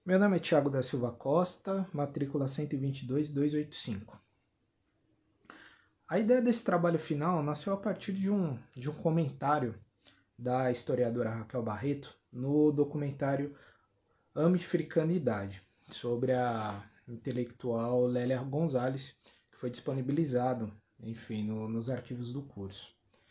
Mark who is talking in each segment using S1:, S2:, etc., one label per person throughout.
S1: Meu nome é Thiago da Silva Costa, matrícula 122285. A ideia desse trabalho final nasceu a partir de um comentário da historiadora Raquel Barreto no documentário Americanidade, sobre a intelectual Lélia Gonzalez, que foi disponibilizado, nos arquivos do curso.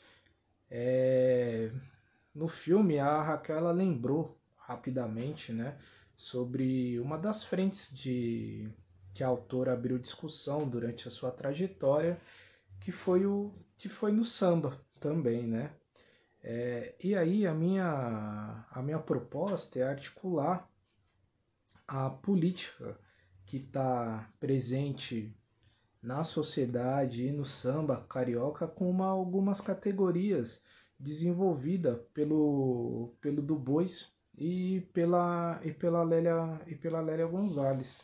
S1: No filme, a Raquel lembrou rapidamente, sobre uma das frentes que a autora abriu discussão durante a sua trajetória, que foi no samba também, e aí a minha proposta é articular a política que está presente na sociedade e no samba carioca com algumas categorias desenvolvidas pelo Du Bois e pela Lélia Gonzalez,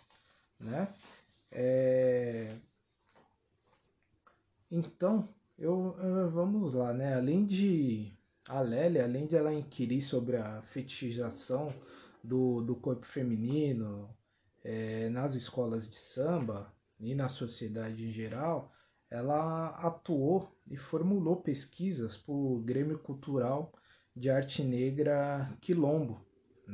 S1: Então, vamos lá, a Lélia, além de ela inquirir sobre a fetichização do corpo feminino nas escolas de samba e na sociedade em geral, ela atuou e formulou pesquisas para o Grêmio Cultural de Arte Negra Quilombo,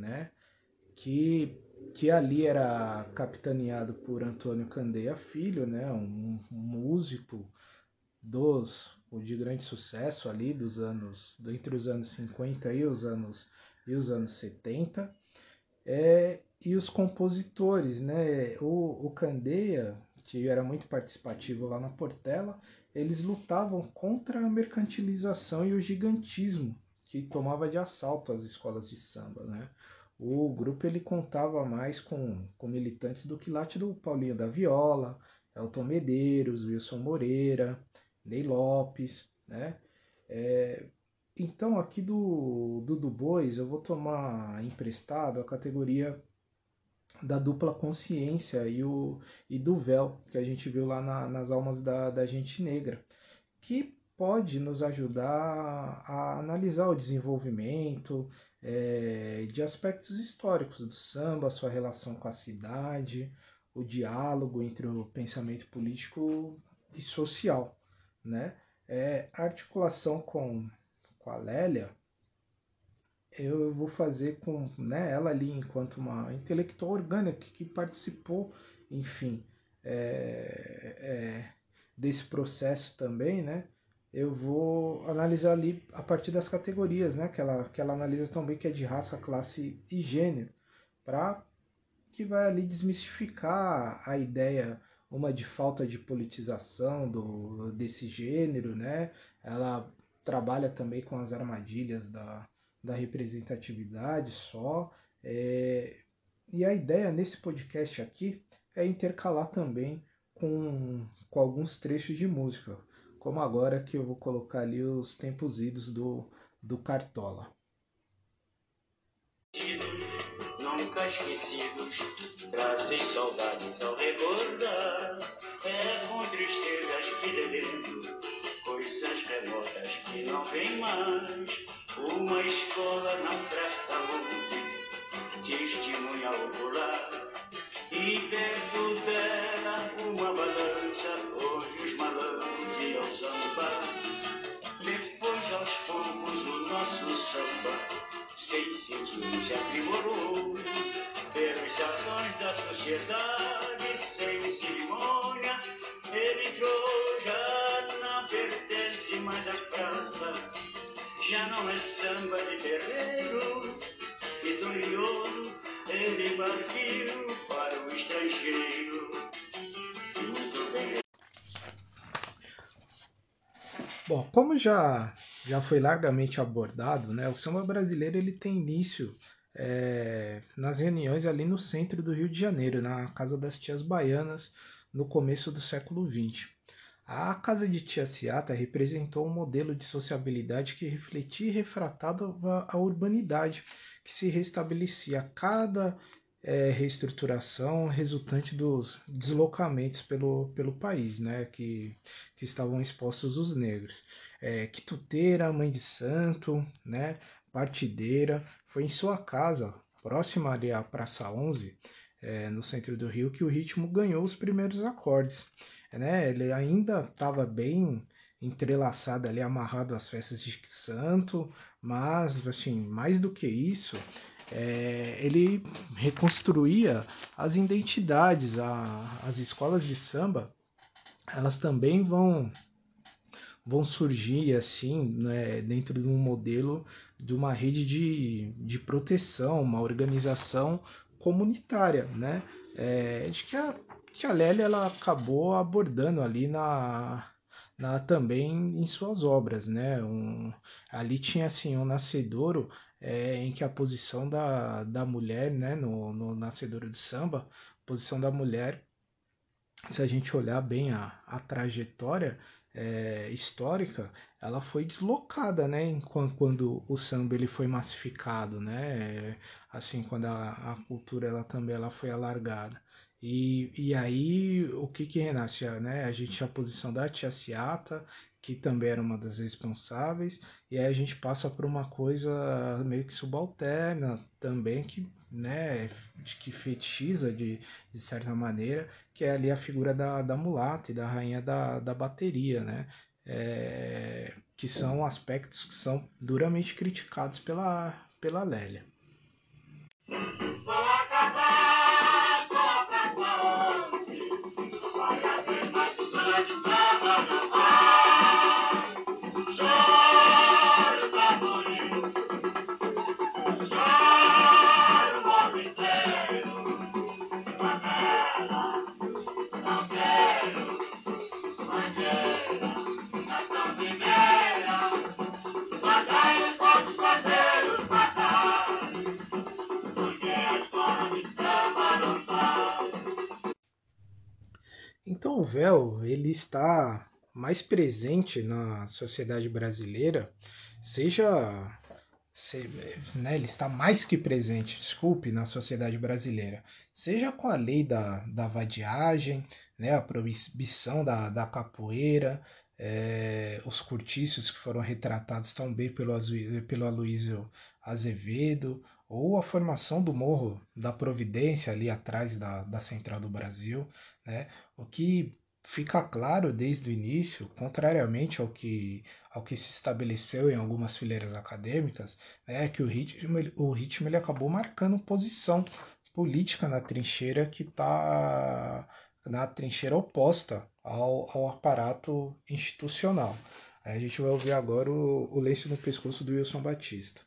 S1: que ali era capitaneado por Antônio Candeia Filho, um músico de grande sucesso ali entre os anos 50 e os anos 70, e os compositores, o Candeia, que era muito participativo lá na Portela, eles lutavam contra a mercantilização e o gigantismo que tomava de assalto as escolas de samba, O grupo ele contava mais com militantes do quilate do Paulinho da Viola, Elton Medeiros, Wilson Moreira, Ney Lopes, Então aqui do Du Bois eu vou tomar emprestado a categoria da dupla consciência e do véu que a gente viu lá nas almas da gente negra, que pode nos ajudar a analisar o desenvolvimento de aspectos históricos do samba, sua relação com a cidade, o diálogo entre o pensamento político e social. A articulação com a Lélia, eu vou fazer com ela ali enquanto uma intelectual orgânica que participou, desse processo também, eu vou analisar ali a partir das categorias, que ela analisa também, que é de raça, classe e gênero, para que vai ali desmistificar a ideia, uma de falta de politização desse gênero, Ela trabalha também com as armadilhas da representatividade só, e a ideia nesse podcast aqui é intercalar também com alguns trechos de música, como agora que eu vou colocar ali os tempos idos do Cartola.
S2: Nunca esquecidos, trazem saudades ao recordar. É com tristezas que lembro coisas remotas que não vêm mais. Uma escola não traz saúde, testemunha ocular. E perto dela uma balança, onde os malandros iam sambar. Depois aos poucos o nosso samba sem filtro se aprimorou, pelos salões da sociedade, sem cerimônia, ele entrou, já não pertence mais à praça, já não é samba de terreiro, vitorioso, ele partiu para o estrangeiro. Muito bem.
S1: Bom, como já foi largamente abordado, o samba brasileiro ele tem início nas reuniões ali no centro do Rio de Janeiro, na Casa das Tias Baianas, no começo do século XX. A Casa de Tia Ciata representou um modelo de sociabilidade que refletia e retratava a urbanidade, que se restabelecia a cada reestruturação resultante dos deslocamentos pelo país, que estavam expostos os negros. Quituteira, mãe de santo, partideira, foi em sua casa próxima ali à Praça 11, no centro do Rio, que o ritmo ganhou os primeiros acordes. Né? Ele ainda estava bem entrelaçado ali, amarrado às festas de santo, mas assim, mais do que isso, ele reconstruía as identidades, as escolas de samba, elas também vão surgir assim, né, dentro de um modelo de uma rede de proteção, uma organização comunitária, né? De que a Lélia ela acabou abordando ali também em suas obras, né? Ali tinha assim um nascedouro em que a posição da mulher, né, no nascedouro de samba, a posição da mulher, se a gente olhar bem a trajetória histórica, ela foi deslocada, né, quando o samba ele foi massificado, né, assim, quando a cultura ela também ela foi alargada. E aí, o que renasce? Né? A gente tinha a posição da Tia Ciata, que também era uma das responsáveis, e aí a gente passa por uma coisa meio que subalterna também, que, né, que fetichiza de certa maneira, que é ali a figura da mulata e da rainha da bateria, né? Que são aspectos que são duramente criticados pela Lélia. Então o véu ele está mais presente na sociedade brasileira, seja, né, ele está mais que presente, desculpe, na sociedade brasileira, seja com a lei da vadiagem, né, a proibição da capoeira, os cortiços que foram retratados tão bem pelo Aloysio Azevedo, ou a formação do Morro da Providência ali atrás da Central do Brasil, né? O que fica claro desde o início, contrariamente ao que se estabeleceu em algumas fileiras acadêmicas, é que o ritmo ele acabou marcando posição política na trincheira que está na trincheira oposta ao aparato institucional. Aí a gente vai ouvir agora o Lenço no Pescoço do Wilson Batista.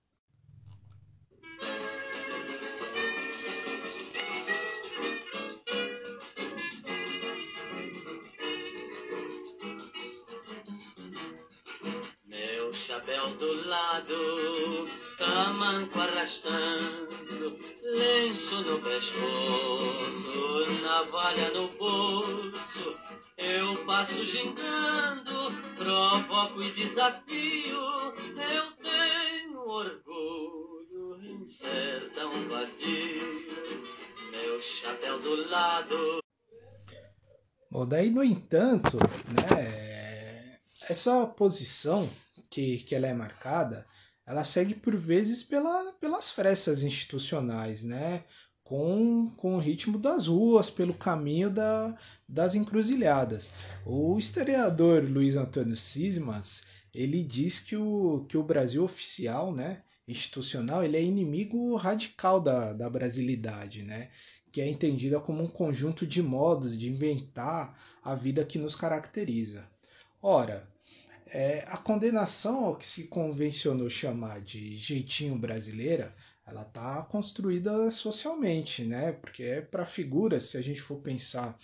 S2: Chapéu do lado, tamanco arrastando, lenço no pescoço, navalha no bolso. Eu passo gingando, provoco e desafio. Eu tenho orgulho em sertão vadio, meu chapéu do lado.
S1: Bom, daí, no entanto, né, essa posição que ela é marcada, ela segue por vezes pelas frestas institucionais, né? Com o ritmo das ruas, pelo caminho das encruzilhadas. O historiador Luiz Antônio Sismas, ele diz que o Brasil oficial, né, institucional, ele é inimigo radical da brasilidade, né? Que é entendida como um conjunto de modos de inventar a vida que nos caracteriza. Ora, a condenação ao que se convencionou chamar de jeitinho brasileira, ela está construída socialmente, né? Porque é para figuras, se a gente for pensar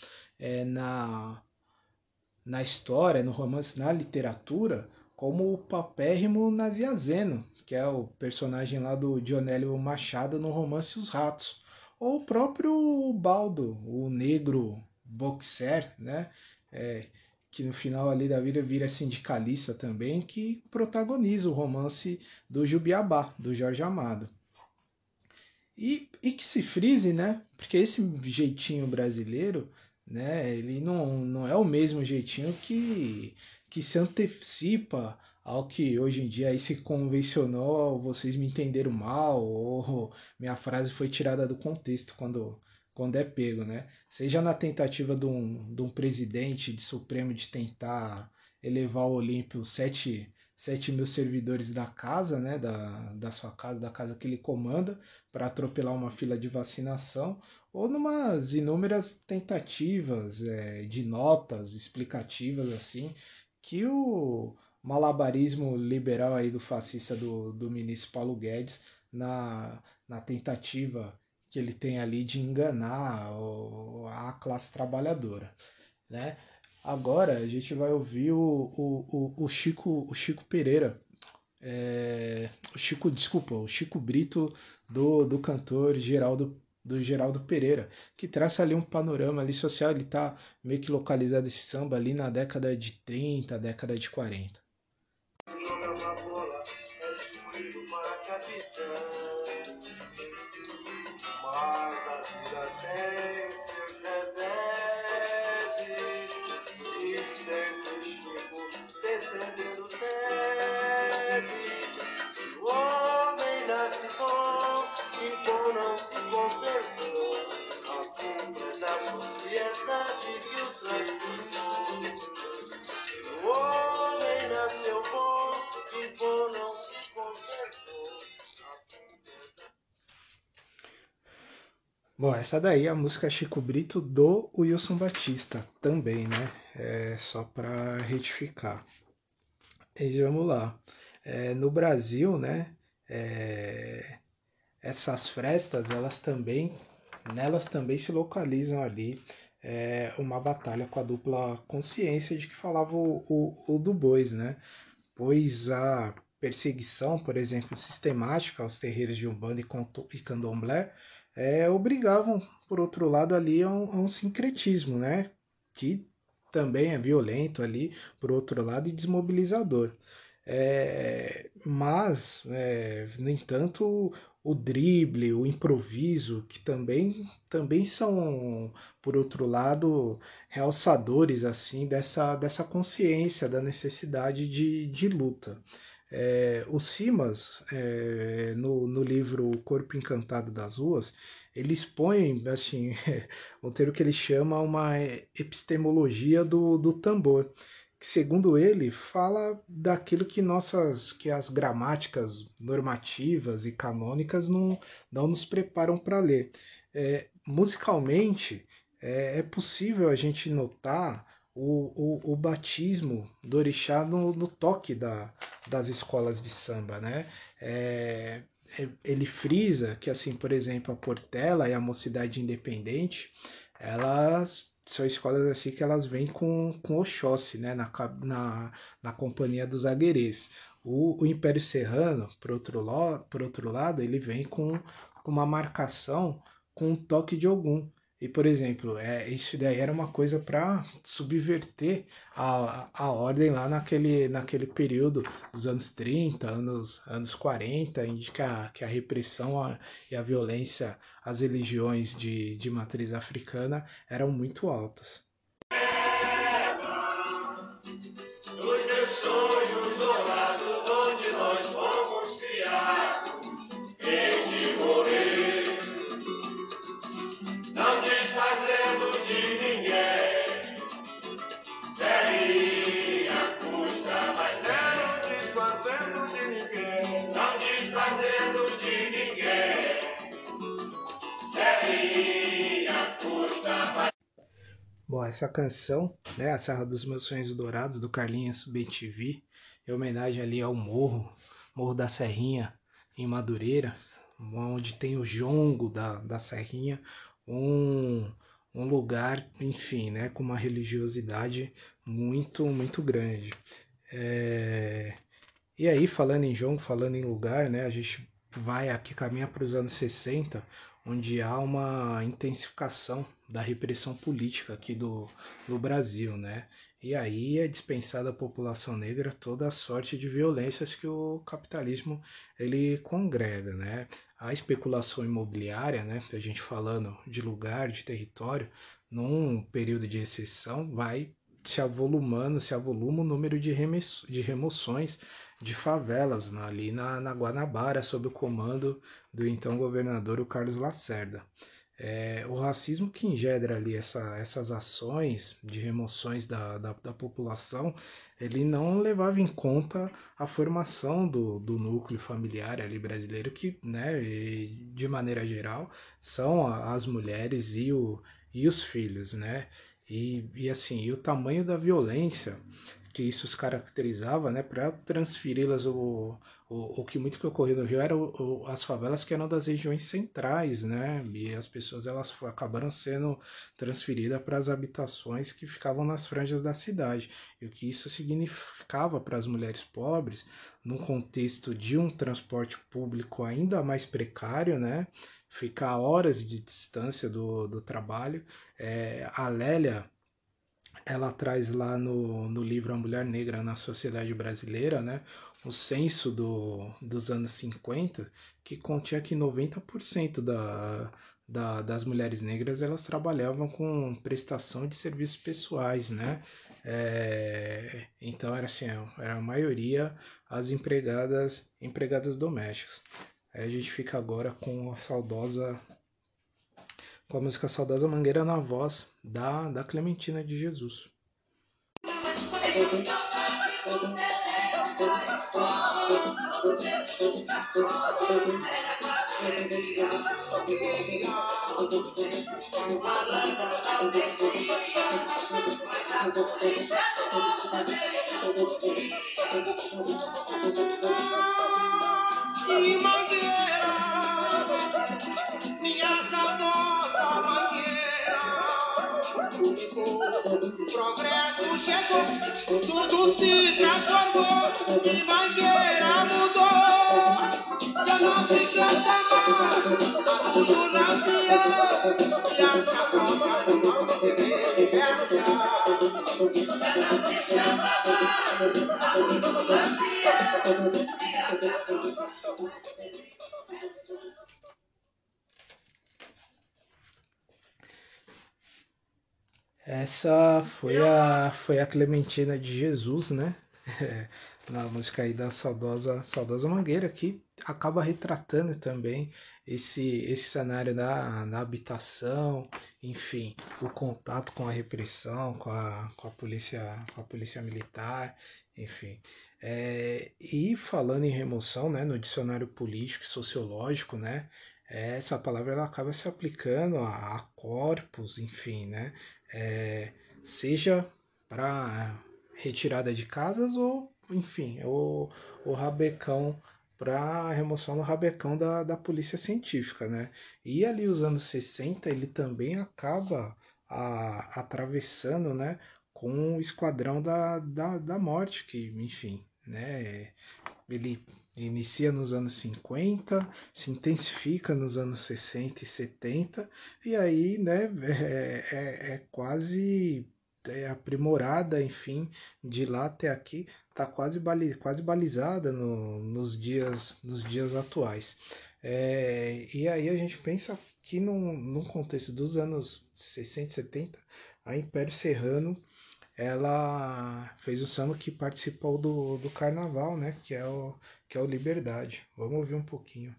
S1: na história, no romance, na literatura, como o papérrimo Nazianzeno, que é o personagem lá do Dionélio Machado no romance Os Ratos, ou o próprio Baldo, o negro boxer, né? Que no final ali da vida vira sindicalista também, que protagoniza o romance do Jubiabá, do Jorge Amado. E que se frise, né? Porque esse jeitinho brasileiro, né? Ele não é o mesmo jeitinho que se antecipa ao que hoje em dia aí se convencionou, vocês me entenderam mal, ou minha frase foi tirada do contexto quando é pego, né? Seja na tentativa de um presidente de Supremo de tentar elevar ao Olímpio 7 mil servidores da casa, né? Da sua casa, da casa que ele comanda, para atropelar uma fila de vacinação, ou numas inúmeras tentativas de notas explicativas assim, que o malabarismo liberal aí do fascista do ministro Paulo Guedes na tentativa que ele tem ali de enganar a classe trabalhadora, né? Agora a gente vai ouvir o Chico Pereira, o Chico Brito do cantor Geraldo Pereira, que traça ali um panorama ali social. Ele tá meio que localizado esse samba ali na década de 30, década de 40.
S2: Mas a vida tem seus reveses e sempre Chico defendendo teses. Se o homem nasce bom e bom não se conservou, a culpa é da sociedade que o transformou. Se o homem nasceu bom e bom não se conservou, a culpa é da...
S1: Bom, essa daí é a música Chico Brito do Wilson Batista também, né? Só para retificar. E vamos lá. No Brasil, né? Essas frestas, nelas também se localizam ali uma batalha com a dupla consciência de que falava o Du Bois, né? Pois a perseguição, por exemplo, sistemática aos terreiros de Umbanda e Candomblé obrigavam, por outro lado, ali a um sincretismo, né? Que também é violento ali, por outro lado, e desmobilizador. Mas, no entanto, o drible, o improviso, que também são, por outro lado, realçadores assim dessa consciência da necessidade de luta. O Simas, no livro O Corpo Encantado das Ruas, ele expõe assim, um termo que ele chama uma epistemologia do tambor, que segundo ele fala daquilo que as gramáticas normativas e canônicas não nos preparam para ler. Musicalmente, é possível a gente notar o batismo do orixá no toque das escolas de samba, né? Ele frisa que, assim, por exemplo, a Portela e a Mocidade Independente, elas são escolas assim que elas vêm com Oxóssi, né? Na companhia dos aguerês. O Império Serrano, por outro lado, ele vem com uma marcação com um toque de Ogum. E, por exemplo, isso daí era uma coisa para subverter a ordem lá naquele período dos anos 30, anos 40, em que a repressão e a violência às religiões de matriz africana eram muito altas.
S2: Os meus sonhos dourados, onde nós fomos criados, hei de morrer, não desfazendo de ninguém, seria custa, mas não desfazendo de ninguém, não desfazendo de ninguém, seria custa, mas...
S1: Bom, essa canção, né, A Serra dos Meus Sonhos Dourados, do Carlinhos BTV, em homenagem ali ao Morro da Serrinha, em Madureira, onde tem o jongo da Serrinha, um lugar, enfim, né, com uma religiosidade muito, muito grande. E aí, falando em jongo, falando em lugar, né, a gente vai aqui caminhar para os anos 60, onde há uma intensificação da repressão política aqui do Brasil, né? E aí é dispensada à população negra toda a sorte de violências que o capitalismo ele congrega, né? A especulação imobiliária, né? A gente falando de lugar, de território, num período de exceção, vai se avoluma o número de remoções de favelas ali na Guanabara, sob o comando do então governador o Carlos Lacerda. O racismo que engendra ali essas ações de remoções da população, ele não levava em conta a formação do núcleo familiar ali brasileiro, que, né, de maneira geral, são as mulheres e os filhos, né? E assim, e o tamanho da violência que isso os caracterizava, né, para transferi-las, o que muito que ocorreu no Rio eram as favelas que eram das regiões centrais, né, e as pessoas elas acabaram sendo transferidas para as habitações que ficavam nas franjas da cidade, e o que isso significava para as mulheres pobres, num contexto de um transporte público ainda mais precário, né, ficar horas de distância do trabalho. A Lélia, ela traz lá no livro A Mulher Negra na Sociedade Brasileira, né, o censo dos anos 50, que continha que 90% das mulheres negras elas trabalhavam com prestação de serviços pessoais, né? Então era assim, era a maioria as empregadas domésticas. Aí a gente fica agora com a música Saudosa Mangueira na voz da Clementina de Jesus.
S2: E Mangueira, minha saudosa Mangueira, o progresso chegou, tudo se transformou, e Mangueira mudou, já não fica samba, tudo nasceu, e a cacauca não se reversa. Já não fica samba, tudo nasceu, e a cacauca.
S1: Essa foi a Clementina de Jesus, né? Na música aí da saudosa Mangueira, que acaba retratando também esse cenário na habitação, enfim, o contato com a repressão, com a polícia militar, enfim. E falando em remoção, né, no dicionário político e sociológico, né, essa palavra ela acaba se aplicando a corpos, enfim, né, seja para retirada de casas ou, enfim, o rabecão para remoção no rabecão da polícia científica, né? E ali os anos 60 ele também acaba atravessando, né, com o Esquadrão da Morte, que, enfim, né, ele inicia nos anos 50, se intensifica nos anos 60 e 70, e aí, né, é quase aprimorada, enfim, de lá até aqui, está quase balizada nos dias atuais. E aí a gente pensa que num contexto dos anos 60 e 70, a Império Serrano ela fez o samba que participou do carnaval, né? Que é o Liberdade. Vamos ouvir um pouquinho.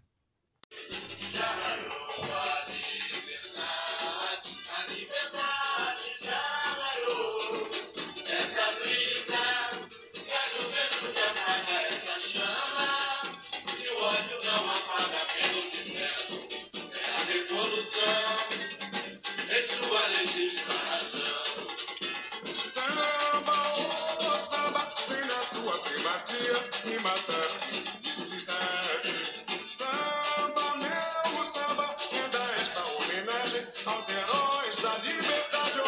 S2: Me matar felicidade. Samba, meu samba, renda esta homenagem aos heróis da liberdade.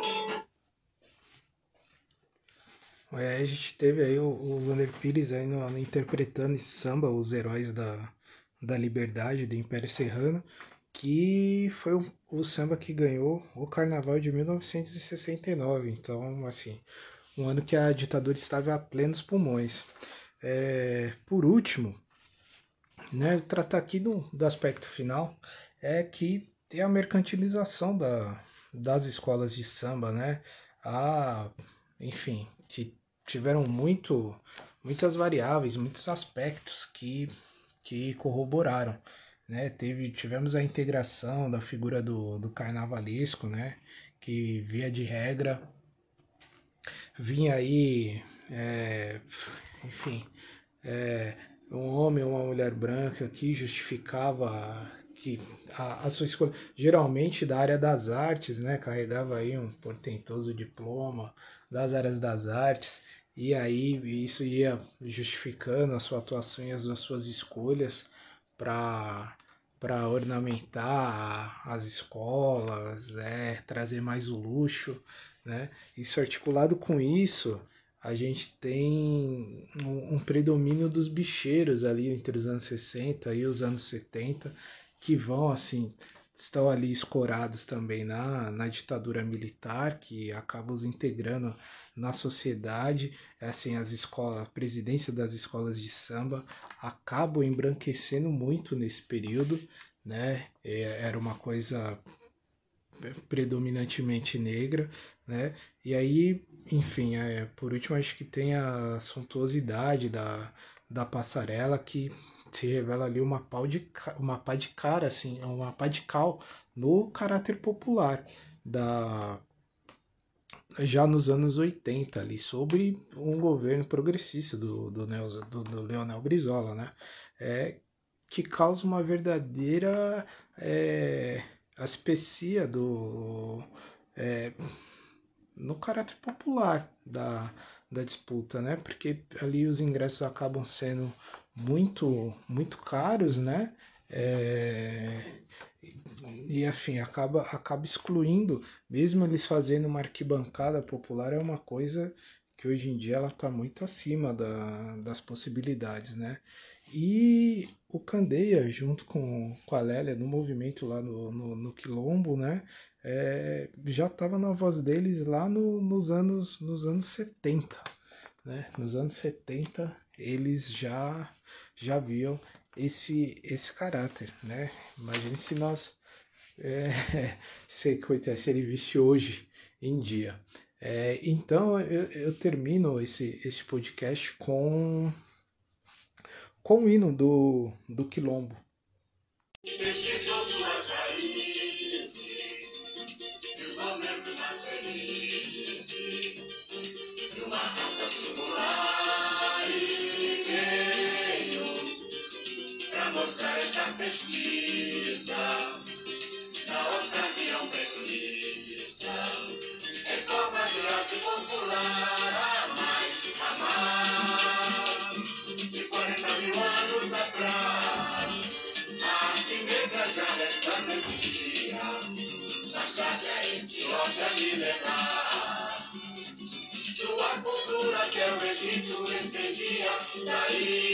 S1: A gente teve aí o Vander Pires aí interpretando esse samba, Os Heróis da Liberdade, do Império Serrano, que foi o samba que ganhou o Carnaval de 1969. Então, assim, um ano que a ditadura estava a plenos pulmões. Por último, né, tratar aqui do aspecto final, é que tem a mercantilização das escolas de samba, né? enfim, tiveram muitas variáveis, muitos aspectos que corroboraram, né? Tivemos a integração da figura do carnavalesco, né? Que via de regra vinha aí, enfim, um homem ou uma mulher branca que justificava que a sua escolha, geralmente da área das artes, né, carregava aí um portentoso diploma das áreas das artes, e aí isso ia justificando a sua atuação e as suas escolhas para ornamentar as escolas, trazer mais o luxo, né? Isso articulado com isso, a gente tem um predomínio dos bicheiros ali entre os anos 60 e os anos 70, que vão, assim, estão ali escorados também na ditadura militar, que acaba os integrando na sociedade. Assim, as escolas, a presidência das escolas de samba acabam embranquecendo muito nesse período, né? Era uma coisa predominantemente negra, né? E aí, enfim, por último, acho que tem a suntuosidade da passarela, que se revela ali uma pá de cara, assim, uma pá de cal no caráter popular já nos anos 80 ali, sobre um governo progressista do Leonel Brizola, né? Que causa uma verdadeira aspecia no caráter popular da disputa, né? Porque ali os ingressos acabam sendo muito caros, né? E enfim, acaba excluindo, mesmo eles fazendo uma arquibancada popular, é uma coisa que hoje em dia ela está muito acima das possibilidades, né? E o Candeia, junto com a Lélia, no movimento lá no Quilombo, né? Já estava na voz deles lá nos anos 70. Né? Nos anos 70 eles já viam esse caráter. Né? Imagine se nós se ele visse hoje em dia. Então eu termino esse podcast com o hino do Quilombo.
S2: Pesquisou suas raízes e os momentos mais felizes de uma raça singular e veio para mostrar esta pesquisa na ocasião precisa em forma de arte popular a mais de 40 mil anos atrás. A arte negra já resplandecia, mais tarde a Etiópia milenar. Sua cultura até o Egito estendia, daí